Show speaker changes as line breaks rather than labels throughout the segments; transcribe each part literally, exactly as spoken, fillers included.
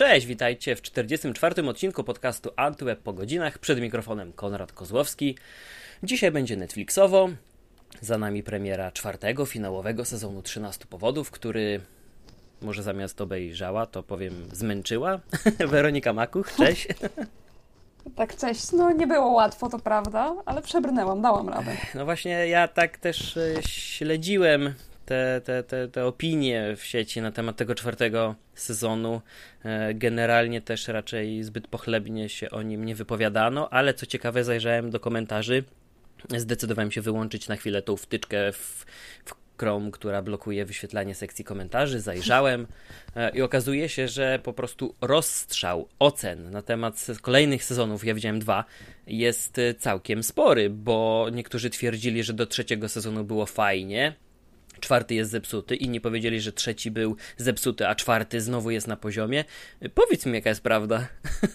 Cześć, witajcie w czterdziestym czwartym odcinku podcastu Antyweb po godzinach. Przed mikrofonem Konrad Kozłowski. Dzisiaj będzie Netflixowo. Za nami premiera czwartego, finałowego sezonu trzynastu powodów, który może zamiast obejrzała, to powiem zmęczyła. Weronika Makuch, cześć.
Tak, cześć. No nie było łatwo, to prawda, ale przebrnęłam, dałam radę.
No właśnie, ja tak też śledziłem te, te, te, te opinie w sieci na temat tego czwartego sezonu. Generalnie też raczej zbyt pochlebnie się o nim nie wypowiadano, ale co ciekawe, zajrzałem do komentarzy. Zdecydowałem się wyłączyć na chwilę tą wtyczkę w, w Chrome, która blokuje wyświetlanie sekcji komentarzy. Zajrzałem i okazuje się, że po prostu rozstrzał ocen na temat kolejnych sezonów, ja widziałem dwa, jest całkiem spory, bo niektórzy twierdzili, że do trzeciego sezonu było fajnie, czwarty jest zepsuty, inni powiedzieli, że trzeci był zepsuty, a czwarty znowu jest na poziomie. Powiedz mi, jaka jest prawda?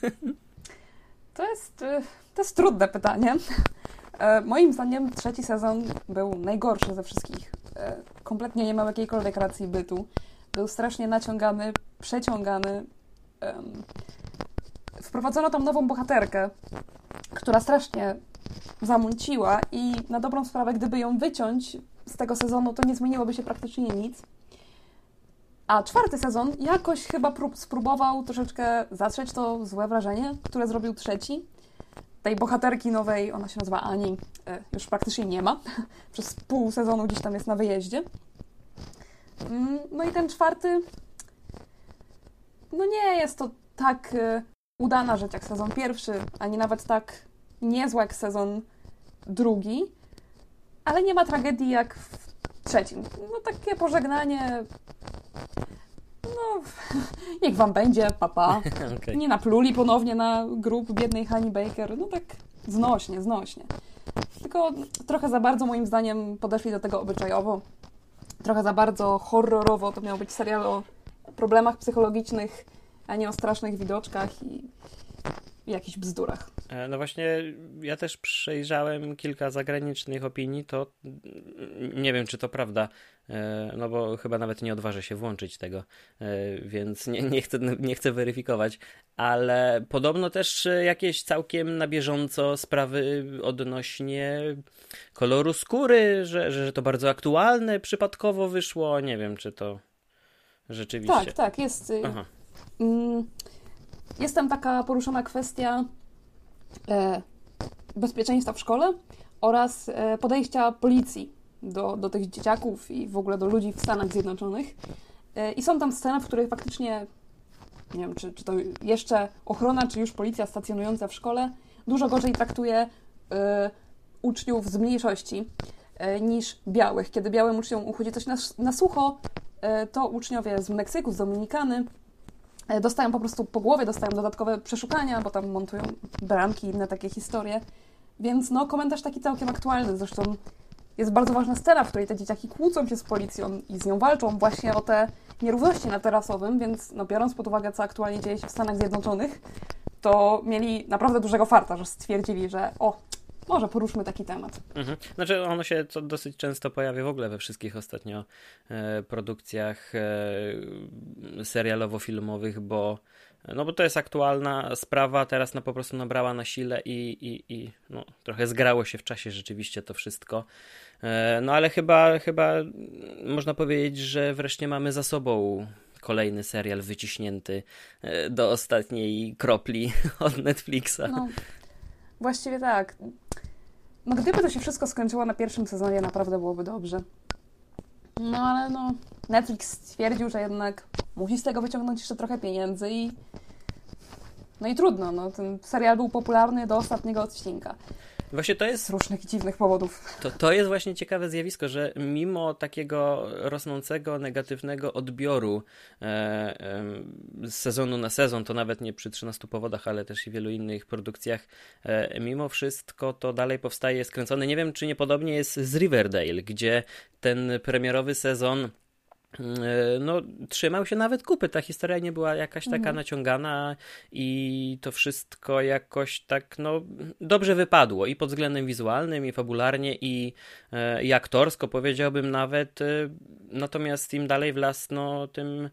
To jest, to jest trudne pytanie. Moim zdaniem trzeci sezon był najgorszy ze wszystkich. Kompletnie nie miał jakiejkolwiek racji bytu. Był strasznie naciągany, przeciągany. Wprowadzono tam nową bohaterkę, która strasznie zamąciła i na dobrą sprawę, gdyby ją wyciąć z tego sezonu, to nie zmieniłoby się praktycznie nic. A czwarty sezon jakoś chyba prób, spróbował troszeczkę zatrzeć to złe wrażenie, które zrobił trzeci. Tej bohaterki nowej, ona się nazywa Ani, już praktycznie nie ma. Przez pół sezonu gdzieś tam jest na wyjeździe. No i ten czwarty, no nie jest to tak udana rzecz jak sezon pierwszy, ani nawet tak niezła jak sezon drugi, ale nie ma tragedii jak w trzecim. No takie pożegnanie, no niech wam będzie, papa. Okay. Nie napluli ponownie na grób biednej Hani Baker, no tak znośnie, znośnie. Tylko trochę za bardzo moim zdaniem podeszli do tego obyczajowo. Trochę za bardzo horrorowo, to miał być serial o problemach psychologicznych, a nie o strasznych widoczkach i jakichś bzdurach.
No właśnie, ja też przejrzałem kilka zagranicznych opinii, to nie wiem, czy to prawda, no bo chyba nawet nie odważę się włączyć tego, więc nie, nie, chcę, nie chcę weryfikować, ale podobno też jakieś całkiem na bieżąco sprawy odnośnie koloru skóry, że, że to bardzo aktualne, przypadkowo wyszło, nie wiem, czy to rzeczywiście...
Tak, tak, jest... Aha. Mm. Jest tam taka poruszona kwestia e, bezpieczeństwa w szkole oraz e, podejścia policji do, do tych dzieciaków i w ogóle do ludzi w Stanach Zjednoczonych. E, I są tam sceny, w których faktycznie, nie wiem, czy, czy to jeszcze ochrona, czy już policja stacjonująca w szkole dużo gorzej traktuje e, uczniów z mniejszości e, niż białych. Kiedy białym uczniom uchodzi coś na, na sucho, e, to uczniowie z Meksyku, z Dominikany dostają po prostu po głowie, dostają dodatkowe przeszukania, bo tam montują bramki i inne takie historie. Więc no, komentarz taki całkiem aktualny. Zresztą jest bardzo ważna scena, w której te dzieciaki kłócą się z policją i z nią walczą właśnie o te nierówności na terasowym, więc no, biorąc pod uwagę, co aktualnie dzieje się w Stanach Zjednoczonych, to mieli naprawdę dużego farta, że stwierdzili, że o, może poruszmy taki temat.
Mhm. Znaczy ono się to dosyć często pojawia w ogóle we wszystkich ostatnio e, produkcjach e, serialowo-filmowych, bo, no bo to jest aktualna sprawa, teraz no, po prostu nabrała na sile i, i, i no, trochę zgrało się w czasie rzeczywiście to wszystko. E, no ale chyba, chyba można powiedzieć, że wreszcie mamy za sobą kolejny serial wyciśnięty do ostatniej kropli od Netflixa.
No, właściwie tak. No gdyby to się wszystko skończyło na pierwszym sezonie, naprawdę byłoby dobrze. No ale no, Netflix stwierdził, że jednak musi z tego wyciągnąć jeszcze trochę pieniędzy i no i trudno, no ten serial był popularny do ostatniego odcinka.
Właśnie to jest...
Z różnych dziwnych powodów.
To, to jest właśnie ciekawe zjawisko, że mimo takiego rosnącego, negatywnego odbioru e, e, z sezonu na sezon, to nawet nie przy trzynastu powodach, ale też i wielu innych produkcjach, e, mimo wszystko to dalej powstaje skręcone. Nie wiem, czy niepodobnie jest z Riverdale, gdzie ten premierowy sezon no, trzymał się nawet kupy. Ta historia nie była jakaś taka mhm. naciągana i to wszystko jakoś tak, no, dobrze wypadło i pod względem wizualnym, i fabularnie, i, i aktorsko, powiedziałbym nawet. Natomiast im dalej w las, no, tym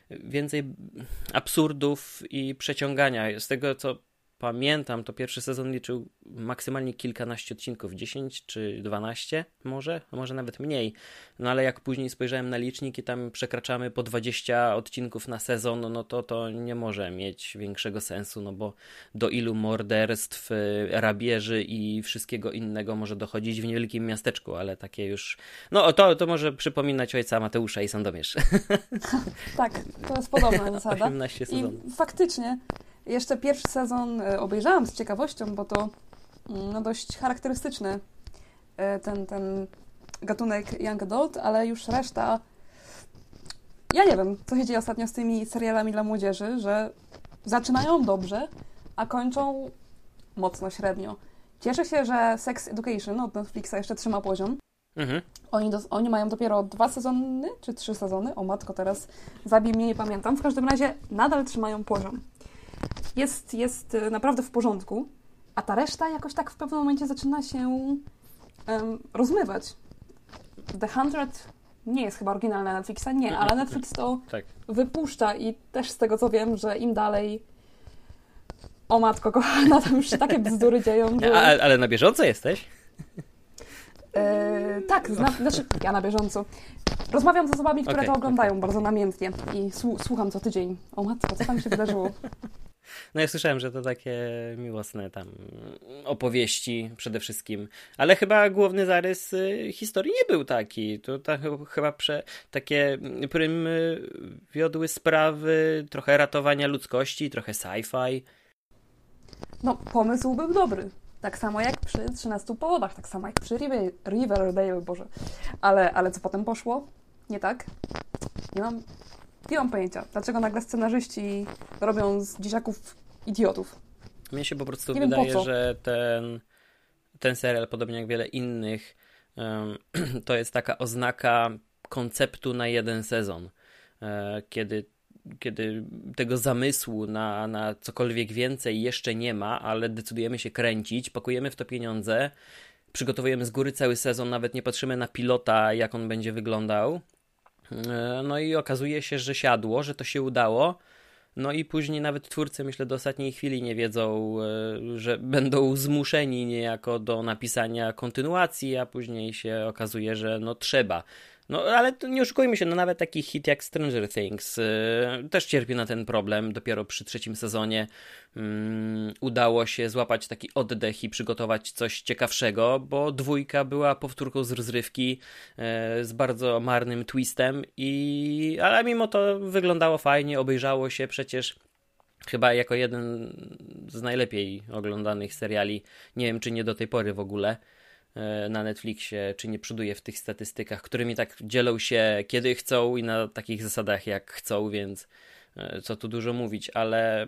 więcej absurdów i przeciągania. Z tego, co pamiętam, to pierwszy sezon liczył maksymalnie kilkanaście odcinków, dziesięć czy dwanaście może, może nawet mniej. No ale jak później spojrzałem na licznik i tam przekraczamy po dwadzieścia odcinków na sezon, no to to nie może mieć większego sensu, no bo do ilu morderstw, rabieży i wszystkiego innego może dochodzić w niewielkim miasteczku, ale takie już... No to, to może przypominać Ojca Mateusza i Sandomierz.
Tak, to jest podobna zasada.
osiemnaście sezonów.
I faktycznie jeszcze pierwszy sezon obejrzałam z ciekawością, bo to no, dość charakterystyczny ten, ten gatunek young adult, ale już reszta... Ja nie wiem, co się dzieje ostatnio z tymi serialami dla młodzieży, że zaczynają dobrze, a kończą mocno średnio. Cieszę się, że Sex Education od Netflixa jeszcze trzyma poziom. Mhm. Oni, do, oni mają dopiero dwa sezony, czy trzy sezony. O matko, teraz zabij mnie, nie pamiętam. W każdym razie nadal trzymają poziom. Jest, jest naprawdę w porządku, a ta reszta jakoś tak w pewnym momencie zaczyna się um, rozmywać. The Hundred nie jest chyba oryginalna Netflixa, nie, ale Netflix to tak wypuszcza i też z tego co wiem, że im dalej o matko kochana, tam już się takie bzdury dzieją. Że...
Ale, ale na bieżąco jesteś?
E, tak, zna, znaczy ja na bieżąco. Rozmawiam z osobami, które okay, to oglądają okay. bardzo namiętnie i słu- słucham co tydzień. O matko, co tam się wydarzyło?
No ja słyszałem, że to takie miłosne tam opowieści przede wszystkim, ale chyba główny zarys historii nie był taki. To tak, chyba prze, takie prym wiodły sprawy, trochę ratowania ludzkości, trochę sci-fi.
No pomysł był dobry. Tak samo jak przy trzynastu powodach, tak samo jak przy River, Riverdale, Boże. Ale, ale co potem poszło? Nie tak? Nie mam, nie mam pojęcia. Dlaczego nagle scenarzyści robią z dzieciaków idiotów?
Mnie się po prostu nie wydaje, wiem, że ten, ten serial, podobnie jak wiele innych, um, to jest taka oznaka konceptu na jeden sezon. E, kiedy kiedy tego zamysłu na, na cokolwiek więcej jeszcze nie ma, ale decydujemy się kręcić, pakujemy w to pieniądze, przygotowujemy z góry cały sezon, nawet nie patrzymy na pilota, jak on będzie wyglądał. No i okazuje się, że siadło, że to się udało. No i później nawet twórcy, myślę, do ostatniej chwili nie wiedzą, że będą zmuszeni niejako do napisania kontynuacji, a później się okazuje, że no trzeba. No ale nie oszukujmy się, no nawet taki hit jak Stranger Things yy, też cierpi na ten problem. Dopiero przy trzecim sezonie yy, udało się złapać taki oddech i przygotować coś ciekawszego, bo dwójka była powtórką z rozrywki yy, z bardzo marnym twistem, i ale mimo to wyglądało fajnie, obejrzało się przecież chyba jako jeden z najlepiej oglądanych seriali. Nie wiem, czy nie do tej pory w ogóle na Netflixie, czy nie przoduje w tych statystykach, którymi tak dzielą się kiedy chcą i na takich zasadach jak chcą, więc co tu dużo mówić, ale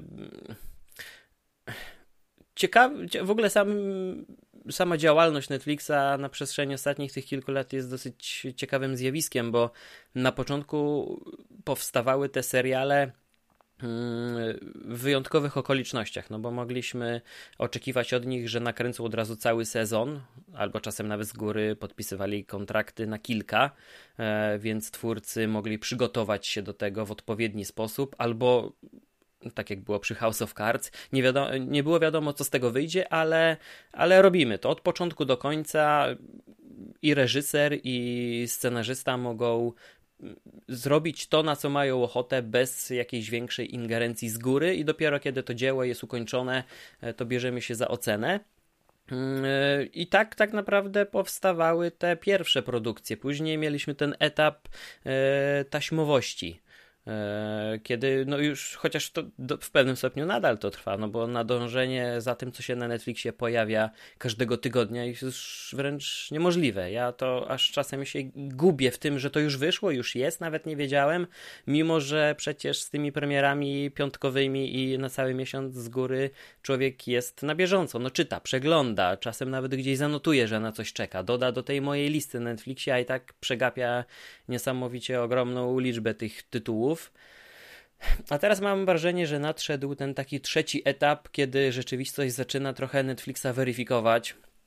ciekawe, w ogóle sam, sama działalność Netflixa na przestrzeni ostatnich tych kilku lat jest dosyć ciekawym zjawiskiem, bo na początku powstawały te seriale w wyjątkowych okolicznościach, no bo mogliśmy oczekiwać od nich, że nakręcą od razu cały sezon, albo czasem nawet z góry podpisywali kontrakty na kilka, więc twórcy mogli przygotować się do tego w odpowiedni sposób, albo tak jak było przy House of Cards, nie, wiadomo, nie było wiadomo, co z tego wyjdzie, ale, ale robimy to od początku do końca. I reżyser, i scenarzysta mogą zrobić to, na co mają ochotę, bez jakiejś większej ingerencji z góry, i dopiero kiedy to dzieło jest ukończone, to bierzemy się za ocenę. I tak tak naprawdę powstawały te pierwsze produkcje. Później mieliśmy ten etap taśmowości, kiedy no już, chociaż to do, w pewnym stopniu nadal to trwa, no bo nadążenie za tym, co się na Netflixie pojawia każdego tygodnia, jest już wręcz niemożliwe. Ja to aż czasem się gubię w tym, że to już wyszło, już jest, nawet nie wiedziałem, mimo że przecież z tymi premierami piątkowymi i na cały miesiąc z góry człowiek jest na bieżąco, no czyta, przegląda, czasem nawet gdzieś zanotuje, że na coś czeka, doda do tej mojej listy na Netflixie, a i tak przegapia niesamowicie ogromną liczbę tych tytułów. A teraz mam wrażenie, że nadszedł ten taki trzeci etap, kiedy rzeczywistość zaczyna trochę Netflixa weryfikować.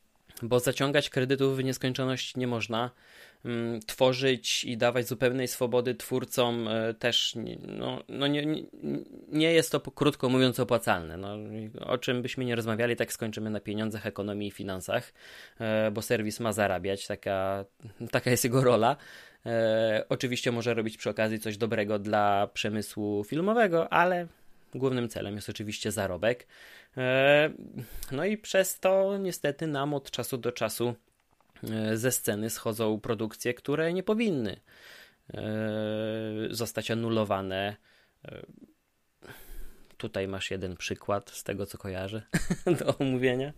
bo zaciągać kredytów w nieskończoność nie można. Tworzyć i dawać zupełnej swobody twórcom też no, no nie, nie jest to, krótko mówiąc, opłacalne. No, o czym byśmy nie rozmawiali, tak skończymy na pieniądzach, ekonomii i finansach, bo serwis ma zarabiać, taka, taka jest jego rola. Oczywiście może robić przy okazji coś dobrego dla przemysłu filmowego, ale głównym celem jest oczywiście zarobek. No i przez to niestety nam od czasu do czasu ze sceny schodzą produkcje, które nie powinny zostać anulowane. Tutaj masz jeden przykład z tego, co kojarzę do omówienia.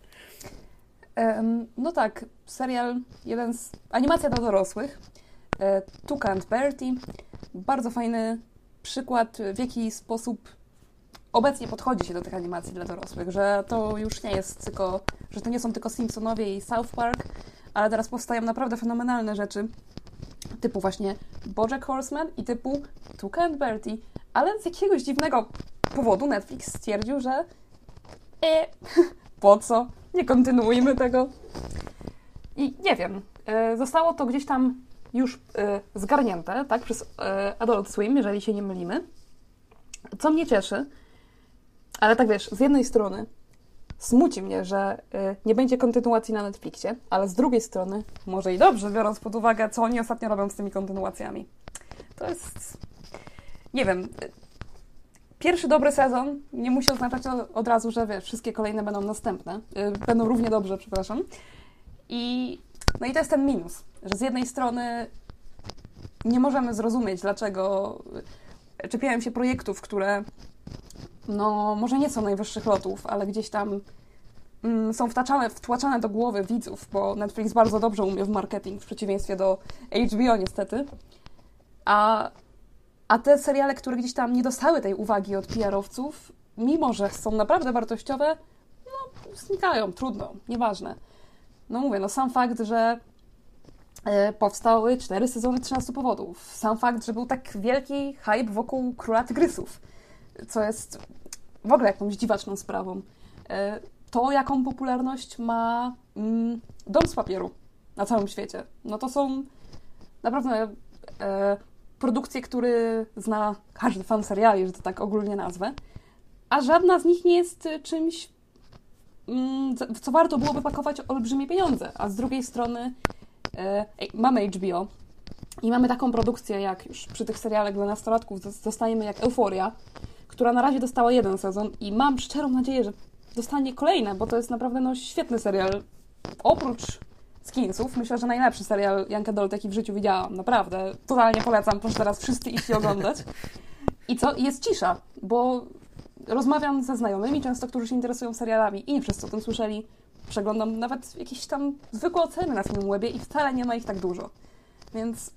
Um, no tak, serial, jeden z animacja dla dorosłych, Tuca and Bertie. Bardzo fajny przykład, w jaki sposób obecnie podchodzi się do tych animacji dla dorosłych, że to już nie jest tylko, że to nie są tylko Simpsonowie i South Park, ale teraz powstają naprawdę fenomenalne rzeczy, typu właśnie BoJack Horseman i typu Tuca and Bertie, ale z jakiegoś dziwnego powodu Netflix stwierdził, że e, po co? Nie kontynuujmy tego. I nie wiem, e, zostało to gdzieś tam już e, zgarnięte, tak, przez e, Adult Swim, jeżeli się nie mylimy, co mnie cieszy, ale tak wiesz, z jednej strony smuci mnie, że y, nie będzie kontynuacji na Netflixie, ale z drugiej strony może i dobrze, biorąc pod uwagę, co oni ostatnio robią z tymi kontynuacjami. To jest... Nie wiem. Y, pierwszy dobry sezon nie musi oznaczać od, od razu, że wiesz, wszystkie kolejne będą następne. Y, będą równie dobrze, przepraszam. I... No i to jest ten minus, że z jednej strony nie możemy zrozumieć, dlaczego czepiają się projektów, które no może nie są najwyższych lotów, ale gdzieś tam mm, są wtaczane, wtłaczane do głowy widzów, bo Netflix bardzo dobrze umie w marketing, w przeciwieństwie do H B O niestety. A, a te seriale, które gdzieś tam nie dostały tej uwagi od P R-owców, mimo że są naprawdę wartościowe, no znikają, trudno, nieważne. No mówię, no sam fakt, że y, powstały cztery sezony trzynastu powodów, sam fakt, że był tak wielki hype wokół Króla Tygrysów, co jest w ogóle jakąś dziwaczną sprawą. To, jaką popularność ma mm, Dom z papieru na całym świecie. No to są naprawdę e, produkcje, które zna każdy fan seriali, że to tak ogólnie nazwę, a żadna z nich nie jest czymś, mm, w co warto byłoby pakować olbrzymie pieniądze. A z drugiej strony e, mamy H B O i mamy taką produkcję, jak już przy tych serialach dla nastolatków dostajemy jak Euforia, która na razie dostała jeden sezon i mam szczerą nadzieję, że dostanie kolejne, bo to jest naprawdę no, świetny serial. Oprócz Skinsów, myślę, że najlepszy serial Young Adult, jaki w życiu widziałam. Naprawdę, totalnie polecam, proszę teraz wszyscy iść i oglądać. I co? I jest cisza, bo rozmawiam ze znajomymi często, którzy się interesują serialami i nie wszyscy o tym słyszeli. Przeglądam nawet jakieś tam zwykłe oceny na Filmwebie i wcale nie ma ich tak dużo. Więc...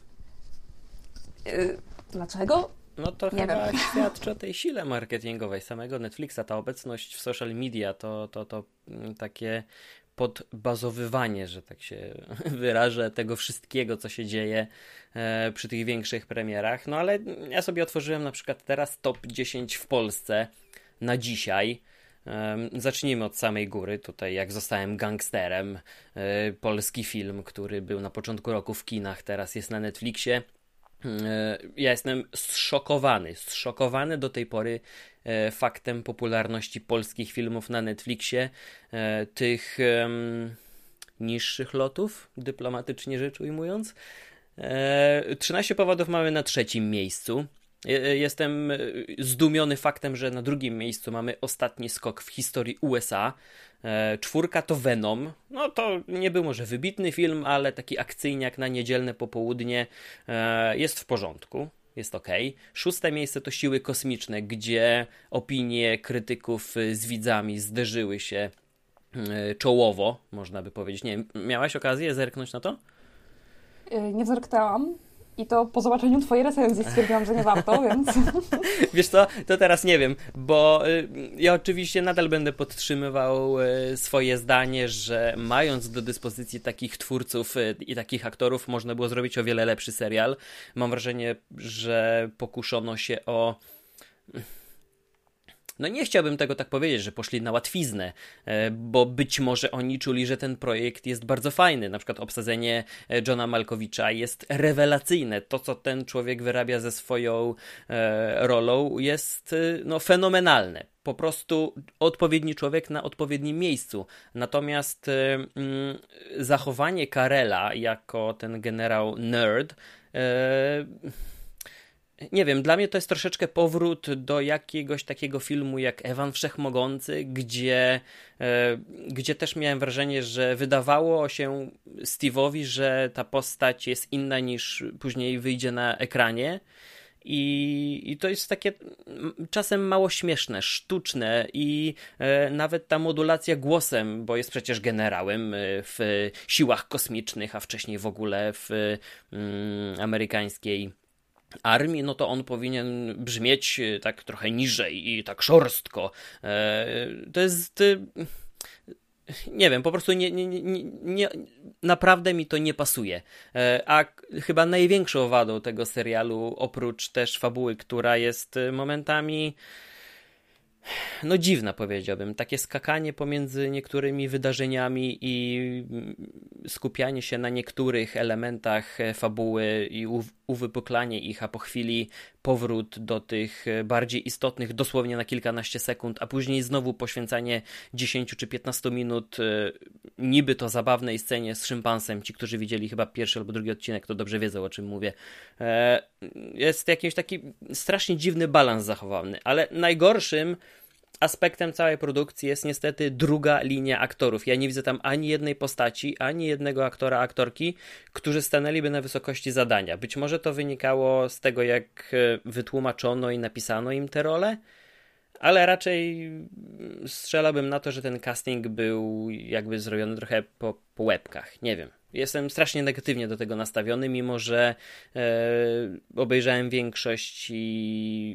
Yy, dlaczego?
No to nie chyba wiem. Świadczy o tej sile marketingowej samego Netflixa. Ta obecność w social media, to, to, to takie podbazowywanie, że tak się wyrażę, tego wszystkiego, co się dzieje e, przy tych większych premierach. No ale ja sobie otworzyłem na przykład teraz top dziesięć w Polsce na dzisiaj. E, zacznijmy od samej góry. Tutaj jak zostałem gangsterem, e, polski film, który był na początku roku w kinach, teraz jest na Netflixie. Ja jestem zszokowany, zszokowany do tej pory e, faktem popularności polskich filmów na Netflixie, e, tych e, niższych lotów, dyplomatycznie rzecz ujmując. E, trzynaście powodów mamy na trzecim miejscu. E, jestem zdumiony faktem, że na drugim miejscu mamy ostatni skok w historii U S A. E, czwórka to Venom. No to nie był może wybitny film, ale taki akcyjniak na niedzielne popołudnie e, jest w porządku, jest okej. Szóste miejsce to Siły Kosmiczne, gdzie opinie krytyków z widzami zderzyły się e, czołowo, można by powiedzieć. Nie wiem, miałaś okazję zerknąć na to?
Nie zerknęłam. I to po zobaczeniu twojej recenzji stwierdziłam, że nie warto, więc...
Wiesz co, to teraz nie wiem, bo y, ja oczywiście nadal będę podtrzymywał y, swoje zdanie, że mając do dyspozycji takich twórców y, i takich aktorów, można było zrobić o wiele lepszy serial. Mam wrażenie, że pokuszono się o... no nie chciałbym tego tak powiedzieć, że poszli na łatwiznę, bo być może oni czuli, że ten projekt jest bardzo fajny. Na przykład obsadzenie Johna Malkovicza jest rewelacyjne. To, co ten człowiek wyrabia ze swoją e, rolą, jest no, fenomenalne. Po prostu odpowiedni człowiek na odpowiednim miejscu. Natomiast e, m, zachowanie Carella jako ten generał nerd e, nie wiem, dla mnie to jest troszeczkę powrót do jakiegoś takiego filmu jak Ewan Wszechmogący, gdzie, e, gdzie też miałem wrażenie, że wydawało się Steve'owi, że ta postać jest inna niż później wyjdzie na ekranie. I, I to jest takie czasem mało śmieszne, sztuczne i e, nawet ta modulacja głosem, bo jest przecież generałem w siłach kosmicznych, a wcześniej w ogóle w mm, amerykańskiej armii, no to on powinien brzmieć tak trochę niżej i tak szorstko. To jest... Nie wiem, po prostu nie, nie, nie, nie, naprawdę mi to nie pasuje. A chyba największą wadą tego serialu, oprócz też fabuły, która jest momentami no dziwna, powiedziałbym. Takie skakanie pomiędzy niektórymi wydarzeniami i skupianie się na niektórych elementach fabuły i uwypuklanie ich, a po chwili powrót do tych bardziej istotnych dosłownie na kilkanaście sekund, a później znowu poświęcanie dziesięć czy piętnaście minut niby to zabawnej scenie z szympansem. Ci, którzy widzieli chyba pierwszy albo drugi odcinek, to dobrze wiedzą, o czym mówię. Jest jakiś taki strasznie dziwny balans zachowany, ale najgorszym aspektem całej produkcji jest niestety druga linia aktorów. Ja nie widzę tam ani jednej postaci, ani jednego aktora, aktorki, którzy stanęliby na wysokości zadania. Być może to wynikało z tego, jak wytłumaczono i napisano im te role, ale raczej strzelałbym na to, że ten casting był jakby zrobiony trochę po, po łebkach. Nie wiem. Jestem strasznie negatywnie do tego nastawiony, mimo że e, obejrzałem większość i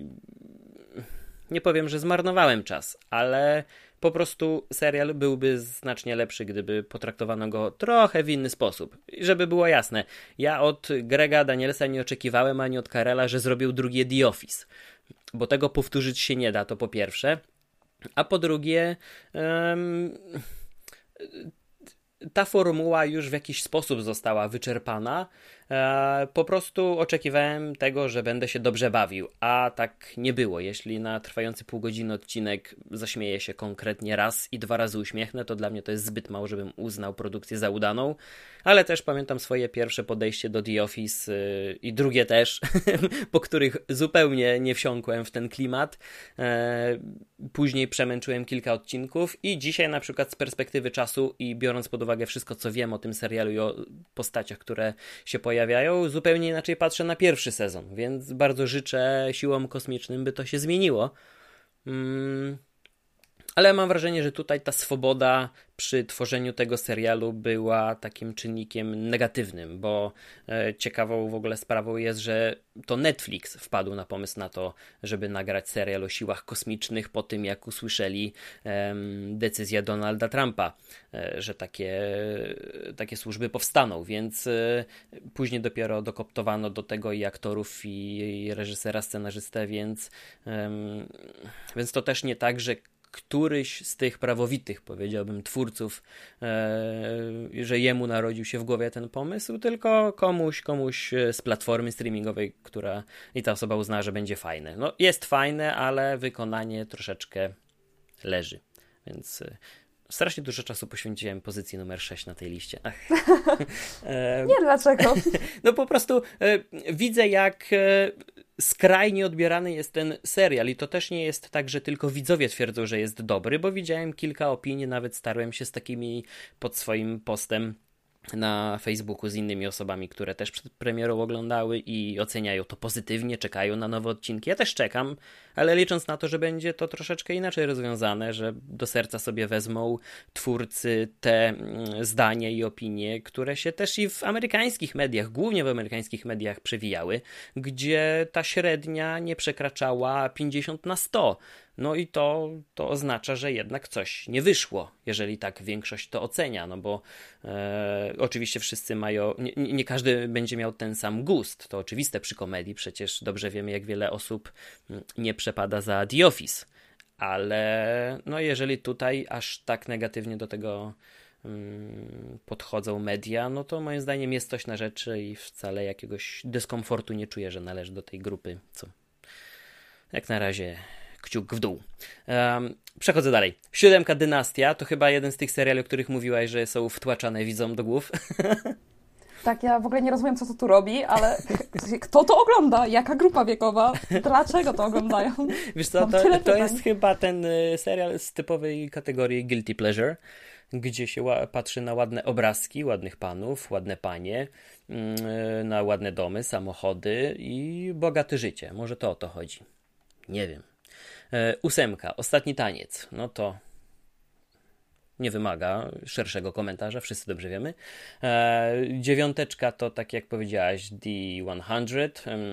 nie powiem, że zmarnowałem czas, ale po prostu serial byłby znacznie lepszy, gdyby potraktowano go trochę w inny sposób. I żeby było jasne, ja od Grega Danielsa nie oczekiwałem, ani od Carella, że zrobił drugie The Office, bo tego powtórzyć się nie da, to po pierwsze. A po drugie, um, ta formuła już w jakiś sposób została wyczerpana. E, po prostu oczekiwałem tego, że będę się dobrze bawił, a tak nie było. Jeśli na trwający pół godziny odcinek zaśmieję się konkretnie raz i dwa razy uśmiechnę, to dla mnie to jest zbyt mało, żebym uznał produkcję za udaną, ale też pamiętam swoje pierwsze podejście do The Office yy, i drugie też, po których zupełnie nie wsiąkłem w ten klimat. E, później przemęczyłem kilka odcinków i dzisiaj na przykład z perspektywy czasu i biorąc pod uwagę wszystko, co wiem o tym serialu i o postaciach, które się pojawiają, pojawiają, zupełnie inaczej patrzę na pierwszy sezon, więc bardzo życzę siłom kosmicznym, by to się zmieniło. Mm. Ale mam wrażenie, że tutaj ta swoboda przy tworzeniu tego serialu była takim czynnikiem negatywnym, bo e, ciekawą w ogóle sprawą jest, że to Netflix wpadł na pomysł na to, żeby nagrać serial o siłach kosmicznych po tym, jak usłyszeli e, decyzję Donalda Trumpa, e, że takie, takie służby powstaną, więc e, później dopiero dokoptowano do tego i aktorów, i, i reżysera, scenarzystę, więc, e, więc to też nie tak, że któryś z tych prawowitych, powiedziałbym, twórców, e, że jemu narodził się w głowie ten pomysł, tylko komuś, komuś z platformy streamingowej, która i ta osoba uznała, że będzie fajne. No jest fajne, ale wykonanie troszeczkę leży, więc e, strasznie dużo czasu poświęciłem pozycji numer sześć na tej liście. Ach.
Nie, dlaczego?
No po prostu e, widzę, jak e, skrajnie odbierany jest ten serial i to też nie jest tak, że tylko widzowie twierdzą, że jest dobry, bo widziałem kilka opinii, nawet starłem się z takimi pod swoim postem na Facebooku z innymi osobami, które też przed premierą oglądały i oceniają to pozytywnie, czekają na nowe odcinki. Ja też czekam, ale licząc na to, że będzie to troszeczkę inaczej rozwiązane, że do serca sobie wezmą twórcy te zdania i opinie, które się też i w amerykańskich mediach, głównie w amerykańskich mediach przewijały, gdzie ta średnia nie przekraczała pięćdziesiąt na sto. No i to, to oznacza, że jednak coś nie wyszło, jeżeli tak większość to ocenia, no bo e, oczywiście wszyscy mają, nie, nie każdy będzie miał ten sam gust, to oczywiste przy komedii, przecież dobrze wiemy, jak wiele osób nie przepada za The Office, ale no jeżeli tutaj aż tak negatywnie do tego um, podchodzą media, no to moim zdaniem jest coś na rzeczy i wcale jakiegoś dyskomfortu nie czuję, że należy do tej grupy, co jak na razie kciuk w dół. Um, przechodzę dalej. Siódemka Dynastia to chyba jeden z tych seriali, o których mówiłaś, że są wtłaczane widzom do głów.
Tak, ja w ogóle nie rozumiem, co to tu robi, ale kto to ogląda? Jaka grupa wiekowa? Dlaczego to oglądają?
Wiesz co, to, to jest chyba ten serial z typowej kategorii guilty pleasure, gdzie się ła- patrzy na ładne obrazki, ładnych panów, ładne panie, yy, na ładne domy, samochody i bogate życie. Może to o to chodzi. Nie wiem. Yy, ósemka, Ostatni taniec. No to nie wymaga szerszego komentarza, wszyscy dobrze wiemy. E, dziewiąteczka to, tak jak powiedziałaś, The sto. Um,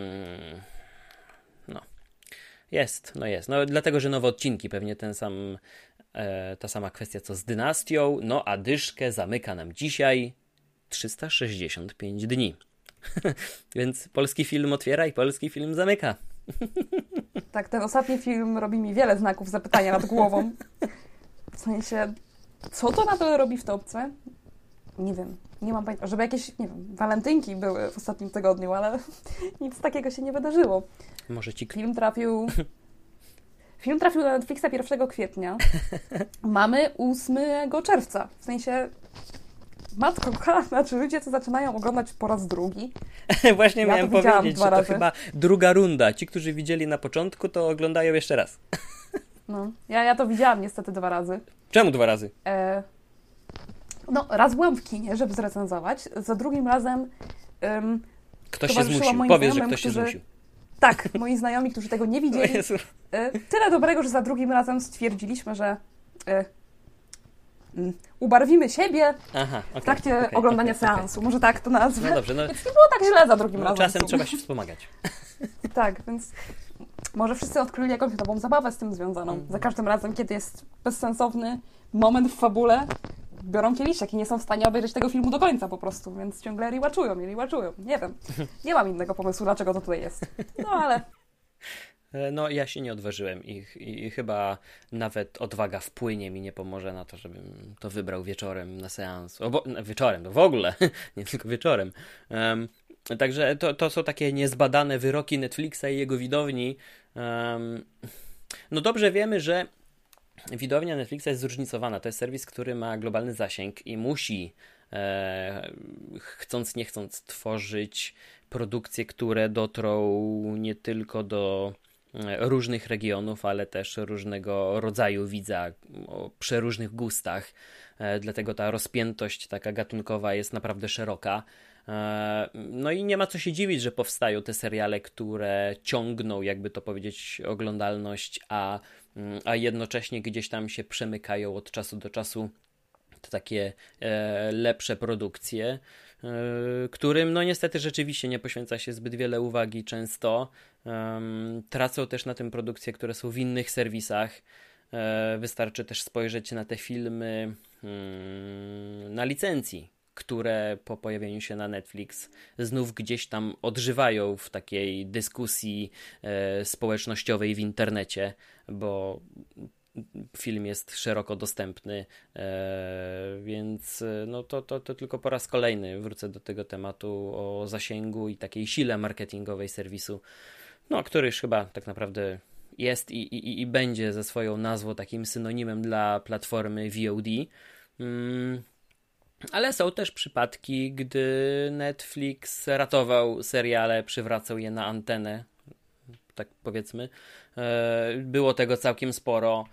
no, jest, no jest. No, dlatego, że nowe odcinki, pewnie ten sam, e, ta sama kwestia co z Dynastią. No, a dyszkę zamyka nam dzisiaj trzysta sześćdziesiąt pięć dni. Więc polski film otwiera i polski film zamyka.
Tak, ten ostatni film robi mi wiele znaków zapytania nad głową. W sensie... Co to nadal robi w topce? Nie wiem, nie mam pojęcia. Żeby jakieś, nie wiem, walentynki były w ostatnim tygodniu, ale nic takiego się nie wydarzyło.
Może ci...
Film trafił... Film trafił na Netflixa pierwszego kwietnia. Mamy ósmego czerwca. W sensie... Matko kochana, znaczy ludzie co zaczynają oglądać po raz drugi.
Właśnie
ja
miałem powiedzieć, że to razy. Chyba druga runda. Ci, którzy widzieli na początku, to oglądają jeszcze raz.
No, ja, ja to widziałam niestety dwa razy.
Czemu dwa razy?
E, no, raz byłam w kinie, żeby zrecenzować, za drugim razem um,
Kto się zmusił? Powiedz, że ktoś
którzy,
się zmusił.
Tak, moi znajomi, którzy tego nie widzieli. E, tyle dobrego, że za drugim razem stwierdziliśmy, że e, um, ubarwimy siebie
Aha, okay,
w trakcie
okay,
oglądania
okay,
seansu. Okay. Może tak to nazwę.
No dobrze, no.
Więc nie było tak źle za drugim
no,
razem.
Czasem trzeba się wspomagać.
Tak, więc może wszyscy odkryli jakąś nową zabawę z tym związaną. Mm. Za każdym razem, kiedy jest bezsensowny moment w fabule, biorą kieliszek i nie są w stanie obejrzeć tego filmu do końca po prostu, więc ciągle rewatchują i rewatchują. Nie wiem, nie mam innego pomysłu, dlaczego to tutaj jest. No ale...
No ja się nie odważyłem i, i, i chyba nawet odwaga wpłynie mi nie pomoże na to, żebym to wybrał wieczorem na seans. O, bo, wieczorem, to w ogóle, nie tylko wieczorem. Um, Także to, to są takie niezbadane wyroki Netflixa i jego widowni. Um, no dobrze wiemy, że widownia Netflixa jest zróżnicowana. To jest serwis, który ma globalny zasięg i musi, e, chcąc nie chcąc, tworzyć produkcje, które dotrą nie tylko do różnych regionów, ale też różnego rodzaju widza o przeróżnych gustach. E, dlatego ta rozpiętość taka gatunkowa jest naprawdę szeroka. No i nie ma co się dziwić, że powstają te seriale, które ciągną, jakby to powiedzieć, oglądalność, a, a jednocześnie gdzieś tam się przemykają od czasu do czasu te takie e, lepsze produkcje, e, którym no niestety rzeczywiście nie poświęca się zbyt wiele uwagi często. E, tracą też na tym produkcje, które są w innych serwisach. E, wystarczy też spojrzeć na te filmy mm, na licencji, które po pojawieniu się na Netflix znów gdzieś tam odżywają w takiej dyskusji e, społecznościowej w internecie, bo film jest szeroko dostępny, e, więc no to, to, to tylko po raz kolejny wrócę do tego tematu o zasięgu i takiej sile marketingowej serwisu, no, który już chyba tak naprawdę jest i, i, i będzie ze swoją nazwą takim synonimem dla platformy V O D. Mm. Ale są też przypadki, gdy Netflix ratował seriale, przywracał je na antenę, tak powiedzmy. Było tego całkiem sporo.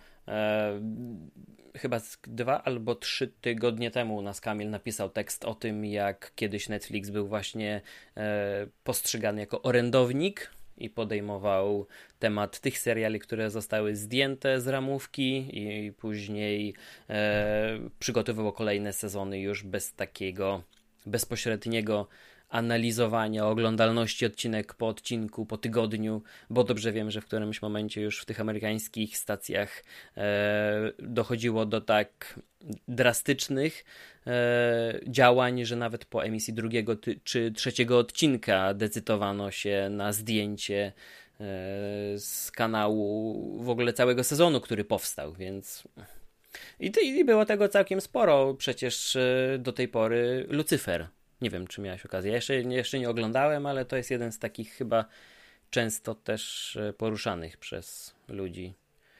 Chyba dwa albo trzy tygodnie temu u nas Kamil napisał tekst o tym, jak kiedyś Netflix był właśnie postrzegany jako orędownik i podejmował temat tych seriali, które zostały zdjęte z ramówki i później e, przygotowywał kolejne sezony już bez takiego bezpośredniego analizowania oglądalności odcinek po odcinku, po tygodniu, bo dobrze wiem, że w którymś momencie już w tych amerykańskich stacjach e, dochodziło do tak drastycznych e, działań, że nawet po emisji drugiego ty, czy trzeciego odcinka decydowano się na zdjęcie z kanału w ogóle całego sezonu, który powstał, więc i, i było tego całkiem sporo. Przecież do tej pory Lucyfer. Nie wiem, czy miałeś okazję. Ja jeszcze, jeszcze nie oglądałem, ale to jest jeden z takich chyba często też poruszanych przez ludzi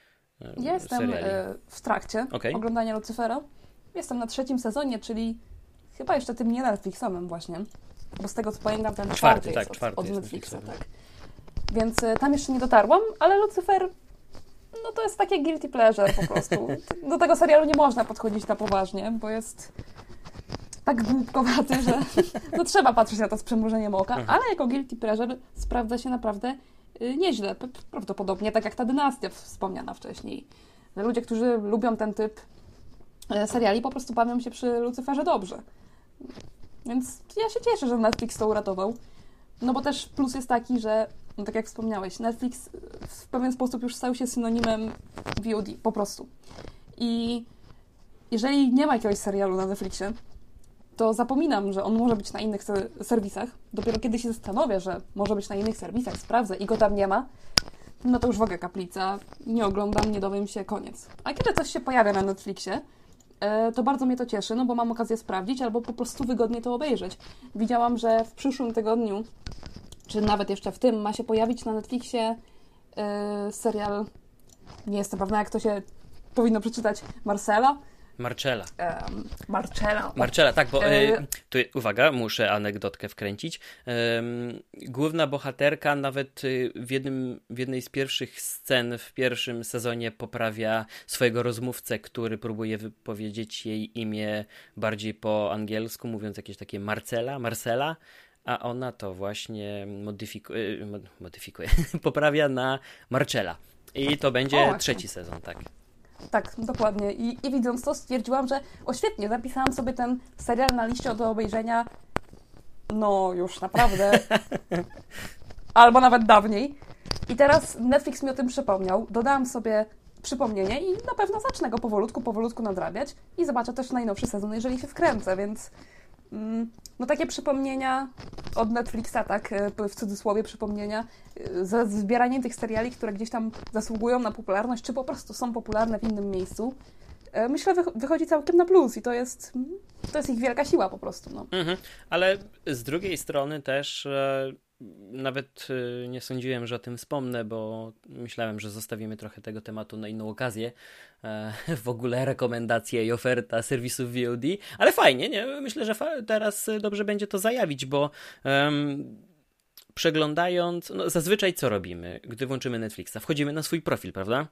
Ja jestem
seriali.
w trakcie okay. oglądania Lucyfera. Jestem na trzecim sezonie, czyli chyba jeszcze tym nie Netflixowym właśnie. Bo z tego co pamiętam ten czwarty, czwarty tak, jest czwarty od, od Netflixa. Tak. Więc tam jeszcze nie dotarłam, ale Lucyfer no to jest takie guilty pleasure po prostu. Do tego serialu nie można podchodzić na poważnie, bo jest tak głupkowaty, że no trzeba patrzeć na to z przymrużeniem oka, mhm. ale jako guilty pleasure sprawdza się naprawdę nieźle. Prawdopodobnie tak jak ta dynastia wspomniana wcześniej. Ludzie, którzy lubią ten typ seriali, po prostu bawią się przy Lucyferze dobrze. Więc ja się cieszę, że Netflix to uratował. No bo też plus jest taki, że no tak jak wspomniałeś, Netflix w pewien sposób już stał się synonimem V O D, po prostu. I jeżeli nie ma jakiegoś serialu na Netflixie, to zapominam, że on może być na innych serwisach. Dopiero kiedy się zastanowię, że może być na innych serwisach, sprawdzę i go tam nie ma, no to już w ogóle kaplica. Nie oglądam, nie dowiem się, koniec. A kiedy coś się pojawia na Netflixie, to bardzo mnie to cieszy, no bo mam okazję sprawdzić albo po prostu wygodnie to obejrzeć. Widziałam, że w przyszłym tygodniu, czy nawet jeszcze w tym, ma się pojawić na Netflixie yy, serial, nie jestem pewna jak to się powinno przeczytać, Marcela.
Marcella.
Um, Marcella.
Marcella, tak, bo y, tu, uwaga, muszę anegdotkę wkręcić. Ym, główna bohaterka nawet w, jednym, w jednej z pierwszych scen w pierwszym sezonie poprawia swojego rozmówcę, który próbuje wypowiedzieć jej imię bardziej po angielsku, mówiąc jakieś takie Marcella, Marcela, a ona to właśnie modyfikuje, modyfikuje poprawia na Marcella. I to będzie o, trzeci sezon, tak.
Tak, dokładnie. I, I widząc to stwierdziłam, że o świetnie, zapisałam sobie ten serial na liście do obejrzenia no już naprawdę albo nawet dawniej. I teraz Netflix mi o tym przypomniał. Dodałam sobie przypomnienie i na pewno zacznę go powolutku, powolutku nadrabiać i zobaczę też najnowszy sezon, jeżeli się wkręcę, więc mm, no takie przypomnienia od Netflixa, tak, w cudzysłowie przypomnienia, za zbieraniem tych seriali, które gdzieś tam zasługują na popularność, czy po prostu są popularne w innym miejscu, myślę, wychodzi całkiem na plus i to jest, to jest ich wielka siła po prostu. No.
Mhm, ale z drugiej strony też e, nawet e, nie sądziłem, że o tym wspomnę, bo myślałem, że zostawimy trochę tego tematu na inną okazję. E, w ogóle rekomendacje i oferta serwisów V O D, ale fajnie, nie? Myślę, że fa- teraz dobrze będzie to zajawić, bo um, przeglądając, no zazwyczaj co robimy, gdy włączymy Netflixa? Wchodzimy na swój profil, prawda?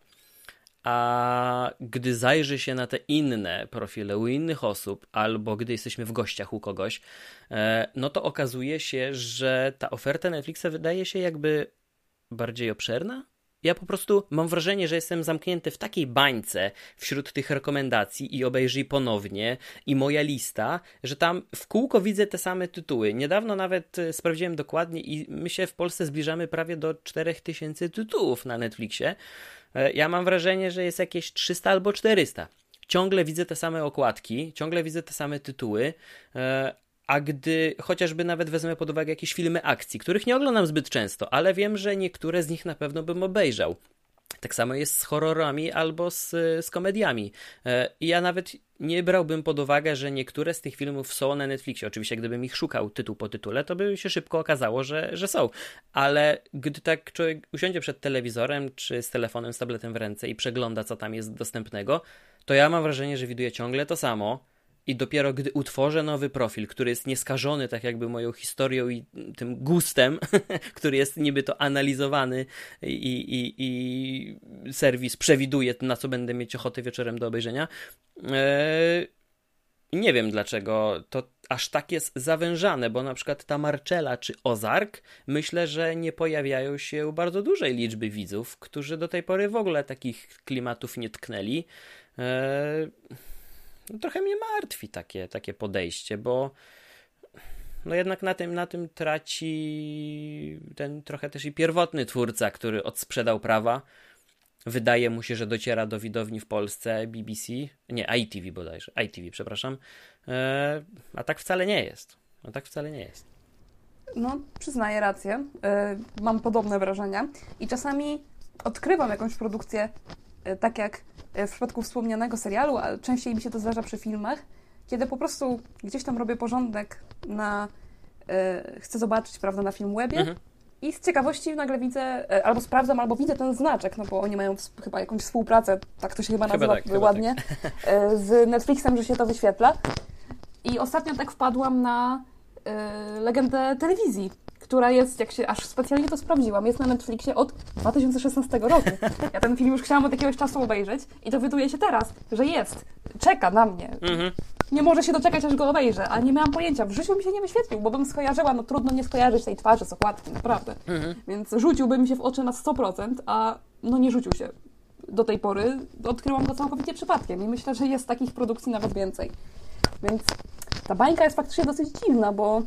A gdy zajrzy się na te inne profile u innych osób, albo gdy jesteśmy w gościach u kogoś, no to okazuje się, że ta oferta Netflixa wydaje się jakby bardziej obszerna. Ja po prostu mam wrażenie, że jestem zamknięty w takiej bańce wśród tych rekomendacji i obejrzyj ponownie i moja lista, że tam w kółko widzę te same tytuły. Niedawno nawet sprawdziłem dokładnie i my się w Polsce zbliżamy prawie do czterech tysięcy tytułów na Netflixie. Ja mam wrażenie, że jest jakieś trzysta albo czterysta. Ciągle widzę te same okładki, ciągle widzę te same tytuły, a gdy chociażby nawet wezmę pod uwagę jakieś filmy akcji, których nie oglądam zbyt często, ale wiem, że niektóre z nich na pewno bym obejrzał. Tak samo jest z horrorami albo z, z komediami. I ja nawet nie brałbym pod uwagę, że niektóre z tych filmów są na Netflixie. Oczywiście gdybym ich szukał tytuł po tytule, to by się szybko okazało, że, że są. Ale gdy tak człowiek usiądzie przed telewizorem, czy z telefonem, z tabletem w ręce i przegląda, co tam jest dostępnego, to ja mam wrażenie, że widuje ciągle to samo. I dopiero gdy utworzę nowy profil, który jest nieskażony tak jakby moją historią i tym gustem, który jest niby to analizowany i, i, i serwis przewiduje, na co będę mieć ochotę wieczorem do obejrzenia. Eee, nie wiem dlaczego to aż tak jest zawężane, bo na przykład ta Marcella czy Ozark, myślę, że nie pojawiają się u bardzo dużej liczby widzów, którzy do tej pory w ogóle takich klimatów nie tknęli. Eee, No, trochę mnie martwi takie, takie podejście, bo no jednak na tym, na tym traci ten trochę też i pierwotny twórca, który odsprzedał prawa. Wydaje mu się, że dociera do widowni w Polsce, B B C, nie, I T V bodajże, I T V, przepraszam, eee, a tak wcale nie jest. A tak wcale nie jest.
no przyznaję rację. Yy, mam podobne wrażenia i czasami odkrywam jakąś produkcję, yy, tak jak w przypadku wspomnianego serialu, a częściej mi się to zdarza przy filmach, kiedy po prostu gdzieś tam robię porządek na... Yy, chcę zobaczyć, prawda, na Filmwebie mhm. i z ciekawości nagle widzę, yy, albo sprawdzam, albo widzę ten znaczek, no bo oni mają w, chyba jakąś współpracę, tak to się chyba, chyba nazywa tak, ładnie, tak. yy, z Netflixem, że się to wyświetla. I ostatnio tak wpadłam na yy, legendę telewizji, która jest, jak się aż specjalnie to sprawdziłam, jest na Netflixie od dwa tysiące szesnastego roku. Ja ten film już chciałam od jakiegoś czasu obejrzeć i dowiaduję się teraz, że jest. Czeka na mnie. Mhm. Nie może się doczekać, aż go obejrzę, a nie miałam pojęcia. W życiu mi się nie wyświetlił, bo bym skojarzyła, no trudno nie skojarzyć tej twarzy z okładki, naprawdę. Mhm. Więc rzuciłby mi się w oczy na sto procent, a no nie rzucił się do tej pory. Odkryłam go całkowicie przypadkiem i myślę, że jest takich produkcji nawet więcej. Więc ta bańka jest faktycznie dosyć dziwna, bo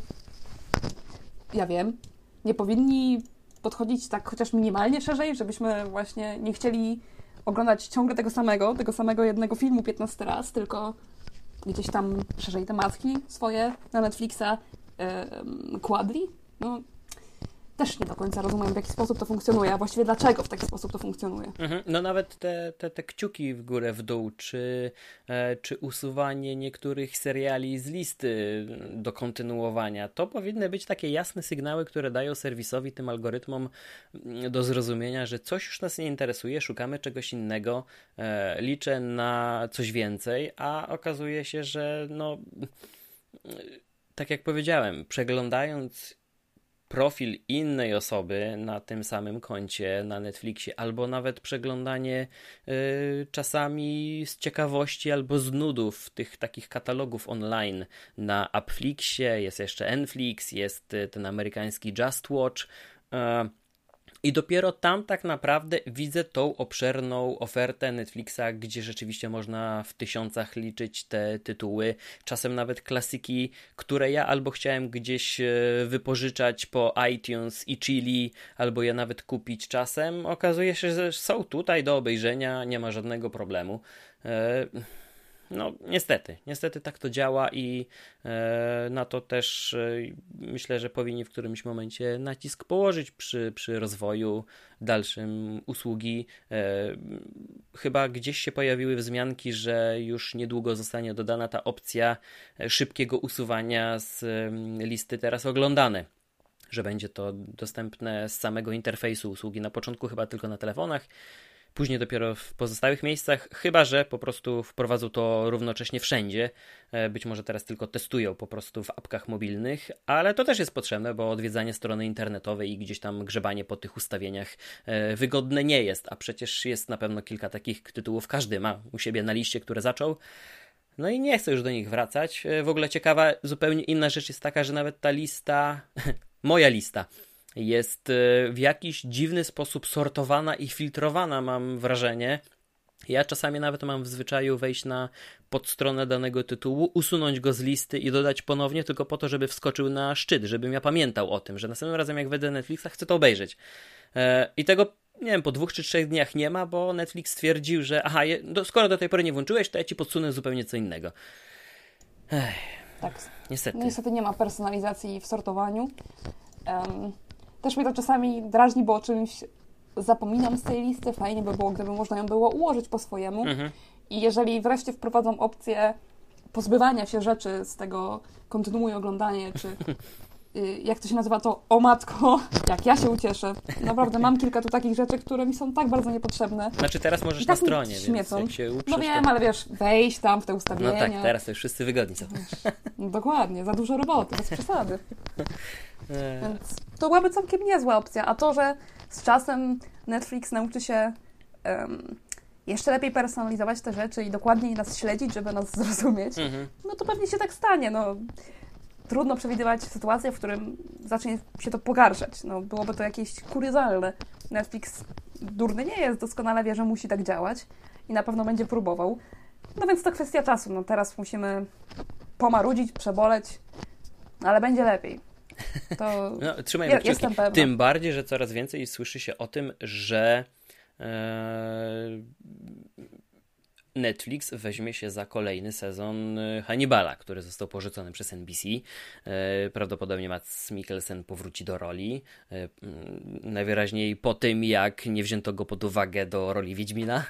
ja wiem, nie powinni podchodzić tak chociaż minimalnie szerzej, żebyśmy właśnie nie chcieli oglądać ciągle tego samego, tego samego jednego filmu piętnaście raz, tylko gdzieś tam szerzej tematki swoje na Netflixa yy, kładli. No, też nie do końca rozumiem, w jaki sposób to funkcjonuje, a właściwie dlaczego w taki sposób to funkcjonuje.
Mhm. No nawet te, te, te kciuki w górę, w dół, czy, e, czy usuwanie niektórych seriali z listy do kontynuowania, to powinny być takie jasne sygnały, które dają serwisowi, tym algorytmom do zrozumienia, że coś już nas nie interesuje, szukamy czegoś innego, e, liczę na coś więcej, a okazuje się, że no tak jak powiedziałem, przeglądając profil innej osoby na tym samym koncie na Netflixie, albo nawet przeglądanie y, czasami z ciekawości albo z nudów tych takich katalogów online na Appflixie, jest jeszcze Netflix, jest y, ten amerykański Just Watch, y, i dopiero tam tak naprawdę widzę tą obszerną ofertę Netflixa, gdzie rzeczywiście można w tysiącach liczyć te tytuły, czasem nawet klasyki, które ja albo chciałem gdzieś wypożyczać po iTunes i Chili, albo je nawet kupić czasem. Okazuje się, że są tutaj do obejrzenia, nie ma żadnego problemu. No niestety, niestety tak to działa i e, na to też e, myślę, że powinni w którymś momencie nacisk położyć przy, przy rozwoju dalszym usługi. E, chyba gdzieś się pojawiły wzmianki, że już niedługo zostanie dodana ta opcja szybkiego usuwania z e, listy teraz oglądane. Że będzie to dostępne z samego interfejsu usługi. Na początku chyba tylko na telefonach, później dopiero w pozostałych miejscach, chyba że po prostu wprowadzą to równocześnie wszędzie. Być może teraz tylko testują po prostu w apkach mobilnych, ale to też jest potrzebne, bo odwiedzanie strony internetowej i gdzieś tam grzebanie po tych ustawieniach wygodne nie jest, a przecież jest na pewno kilka takich tytułów, każdy ma u siebie na liście, które zaczął. No i nie chcę już do nich wracać. W ogóle ciekawa, zupełnie inna rzecz jest taka, że nawet ta lista, moja lista, jest w jakiś dziwny sposób sortowana i filtrowana, mam wrażenie. Ja czasami nawet mam w zwyczaju wejść na podstronę danego tytułu, usunąć go z listy i dodać ponownie tylko po to, żeby wskoczył na szczyt, żebym ja pamiętał o tym, że następnym razem jak wejdę na Netflixa, chcę to obejrzeć. I tego, nie wiem, po dwóch czy trzech dniach nie ma, bo Netflix stwierdził, że aha, skoro do tej pory nie włączyłeś, to ja ci podsunę zupełnie co innego. Ech,
tak.
Niestety.
No, niestety nie ma personalizacji w sortowaniu. Um, Też mnie to czasami drażni, bo o czymś zapominam z tej listy. Fajnie by było, gdyby można ją było ułożyć po swojemu. Mhm. I jeżeli wreszcie wprowadzą opcję pozbywania się rzeczy z tego kontynuuj oglądanie, czy jak to się nazywa, to o matko, jak ja się ucieszę. Naprawdę mam kilka tu takich rzeczy, które mi są tak bardzo niepotrzebne.
Znaczy teraz możesz tak na stronie, więc jak się uprzesz,
no wiem, to... ale wiesz, wejść tam w te ustawienia.
No tak, teraz to już wszyscy wygodni są.
No, dokładnie, za dużo roboty, bez przesady. Więc to byłaby całkiem niezła opcja, a to, że z czasem Netflix nauczy się um, jeszcze lepiej personalizować te rzeczy i dokładniej nas śledzić, żeby nas zrozumieć, mhm. no to pewnie się tak stanie. No, trudno przewidywać sytuację, w którym zacznie się to pogarszać. No, byłoby to jakieś kuriozalne. Netflix durny nie jest, doskonale wie, że musi tak działać i na pewno będzie próbował. No więc to kwestia czasu. No, teraz musimy pomarudzić, przeboleć, ale będzie lepiej. To
no, trzymajmy kciuki. Jestem pewna. Tym bardziej, że coraz więcej słyszy się o tym, że e, Netflix weźmie się za kolejny sezon Hannibala, który został porzucony przez N B C. Prawdopodobnie Mads Mikkelsen powróci do roli. Najwyraźniej po tym, jak nie wzięto go pod uwagę do roli Wiedźmina.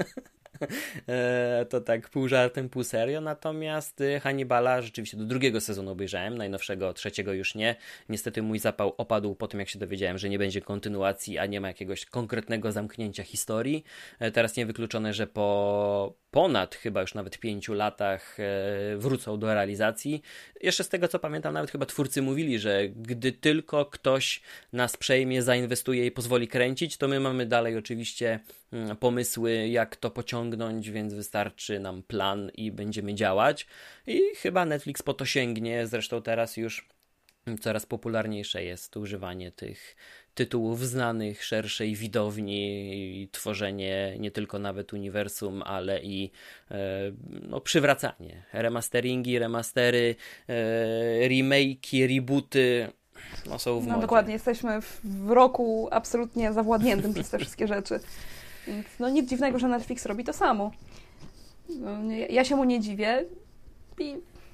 To tak pół żartem, pół serio. Natomiast Hannibala rzeczywiście do drugiego sezonu obejrzałem, najnowszego, trzeciego już nie. Niestety mój zapał opadł po tym, jak się dowiedziałem, że nie będzie kontynuacji, a nie ma jakiegoś konkretnego zamknięcia historii. Teraz niewykluczone, że po ponad chyba już nawet pięciu latach wrócą do realizacji. Jeszcze z tego, co pamiętam, nawet chyba twórcy mówili, że gdy tylko ktoś nas przejmie, zainwestuje i pozwoli kręcić, to my mamy dalej oczywiście pomysły, jak to pociągnąć, więc wystarczy nam plan i będziemy działać. I chyba Netflix po to sięgnie, zresztą teraz już coraz popularniejsze jest używanie tych tytułów znanych szerszej widowni i tworzenie nie tylko nawet uniwersum, ale i e, no, przywracanie. Remasteringi, remastery, e, remake'i, rebooty no, są w modzie.
No dokładnie, jesteśmy w, w roku absolutnie zawładniętym przez te wszystkie rzeczy. Więc no nic dziwnego, że Netflix robi to samo. No, ja, ja się mu nie dziwię i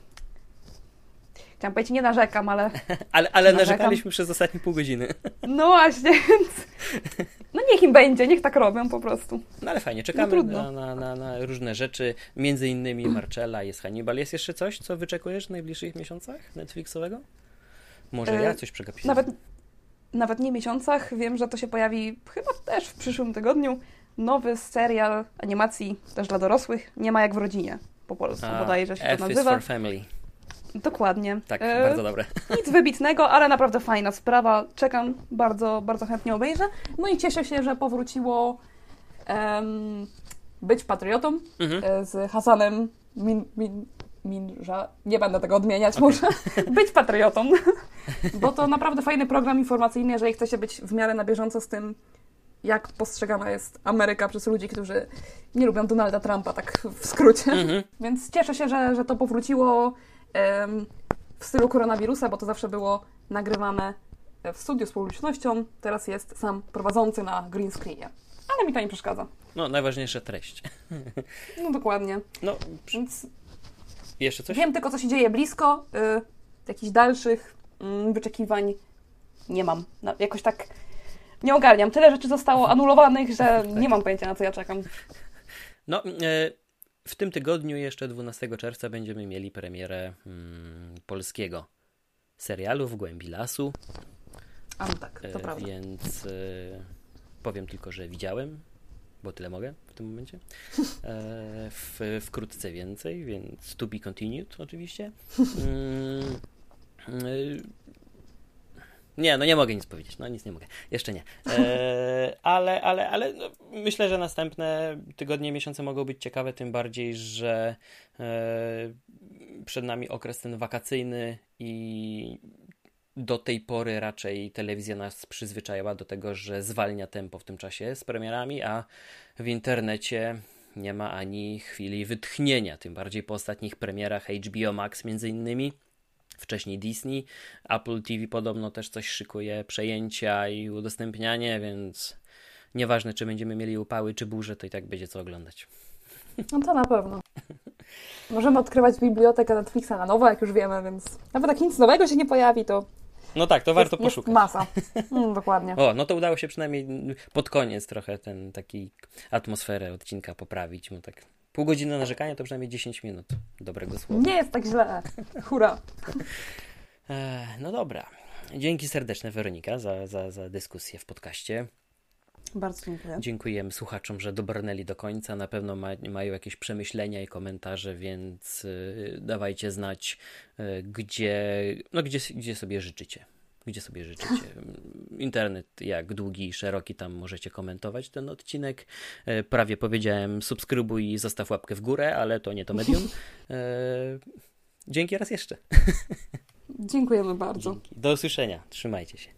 chciałam powiedzieć, nie narzekam, ale...
ale ale narzekaliśmy przez ostatnie pół godziny.
No właśnie, więc... No niech im będzie, niech tak robią po prostu.
No ale fajnie, czekamy
no,
na, na, na, na różne rzeczy. Między innymi Marcella, jest Hannibal. Jest jeszcze coś, co wyczekujesz w najbliższych miesiącach Netflixowego? Może ja coś przegapiłem.
Nawet, nawet nie miesiącach. Wiem, że to się pojawi chyba też w przyszłym tygodniu. Nowy serial animacji, też dla dorosłych. Nie ma jak w rodzinie. Po polsku
A,
bodajże się
F
to
is
nazywa.
for family.
Dokładnie.
Tak,
e,
bardzo dobre.
Nic wybitnego, ale naprawdę fajna sprawa. Czekam, bardzo, bardzo chętnie obejrzę. No i cieszę się, że powróciło um, Być patriotą mhm. e, z Hasanem Min, Min, Minża. Nie będę tego odmieniać, okay. Muszę. Być patriotą. Bo to naprawdę fajny program informacyjny, jeżeli chcecie być w miarę na bieżąco z tym, jak postrzegana jest Ameryka przez ludzi, którzy nie lubią Donalda Trumpa, tak w skrócie. Mhm. Więc cieszę się, że, że to powróciło w stylu koronawirusa, bo to zawsze było nagrywane w studiu z publicznością, teraz jest sam prowadzący na green screenie. Ale mi to nie przeszkadza.
No, najważniejsza treść.
No, dokładnie.
No,
więc
jeszcze coś?
Wiem tylko, co się dzieje blisko. Y, jakichś dalszych y, wyczekiwań nie mam. No, jakoś tak nie ogarniam. Tyle rzeczy zostało anulowanych, że tak. Nie mam pojęcia, na co ja czekam.
No, y- w tym tygodniu jeszcze dwunastego czerwca będziemy mieli premierę hmm, polskiego serialu W głębi lasu.
A no tak, to
e,
prawda.
Więc e, powiem tylko, że widziałem, bo tyle mogę w tym momencie. E, w, wkrótce więcej, więc to be continued oczywiście. Mm, e, Nie, no nie mogę nic powiedzieć, no nic nie mogę, jeszcze nie. E, ale ale, ale no, myślę, że następne tygodnie, miesiące mogą być ciekawe, tym bardziej, że e, przed nami okres ten wakacyjny i do tej pory raczej telewizja nas przyzwyczaiła do tego, że zwalnia tempo w tym czasie z premierami, a w internecie nie ma ani chwili wytchnienia, tym bardziej po ostatnich premierach H B O Max między innymi. Wcześniej Disney, Apple T V podobno też coś szykuje, przejęcia i udostępnianie, więc nieważne, czy będziemy mieli upały, czy burze, to i tak będzie co oglądać.
No to na pewno. Możemy odkrywać bibliotekę Netflixa na nowo, jak już wiemy, więc nawet jak nic nowego się nie pojawi, to
no tak, to
jest,
warto poszukać.
Jest masa. Mm, dokładnie.
O, no to udało się przynajmniej pod koniec trochę ten taki atmosferę odcinka poprawić, bo tak pół godziny narzekania to przynajmniej dziesięć minut dobrego słowa.
Nie jest tak źle. Hurra.
E, no dobra. Dzięki serdeczne, Weronika, za, za, za dyskusję w podcaście.
Bardzo dziękuję.
Dziękujemy słuchaczom, że dobrnęli do końca. Na pewno ma, mają jakieś przemyślenia i komentarze, więc y, dawajcie znać, y, gdzie, no, gdzie, gdzie sobie życzycie. Gdzie sobie życzycie. Internet jak długi i szeroki, tam możecie komentować ten odcinek. Y, prawie powiedziałem subskrybuj i zostaw łapkę w górę, ale to nie to medium. Y, dzięki raz jeszcze.
Dziękujemy bardzo.
Dzięki. Do usłyszenia. Trzymajcie się.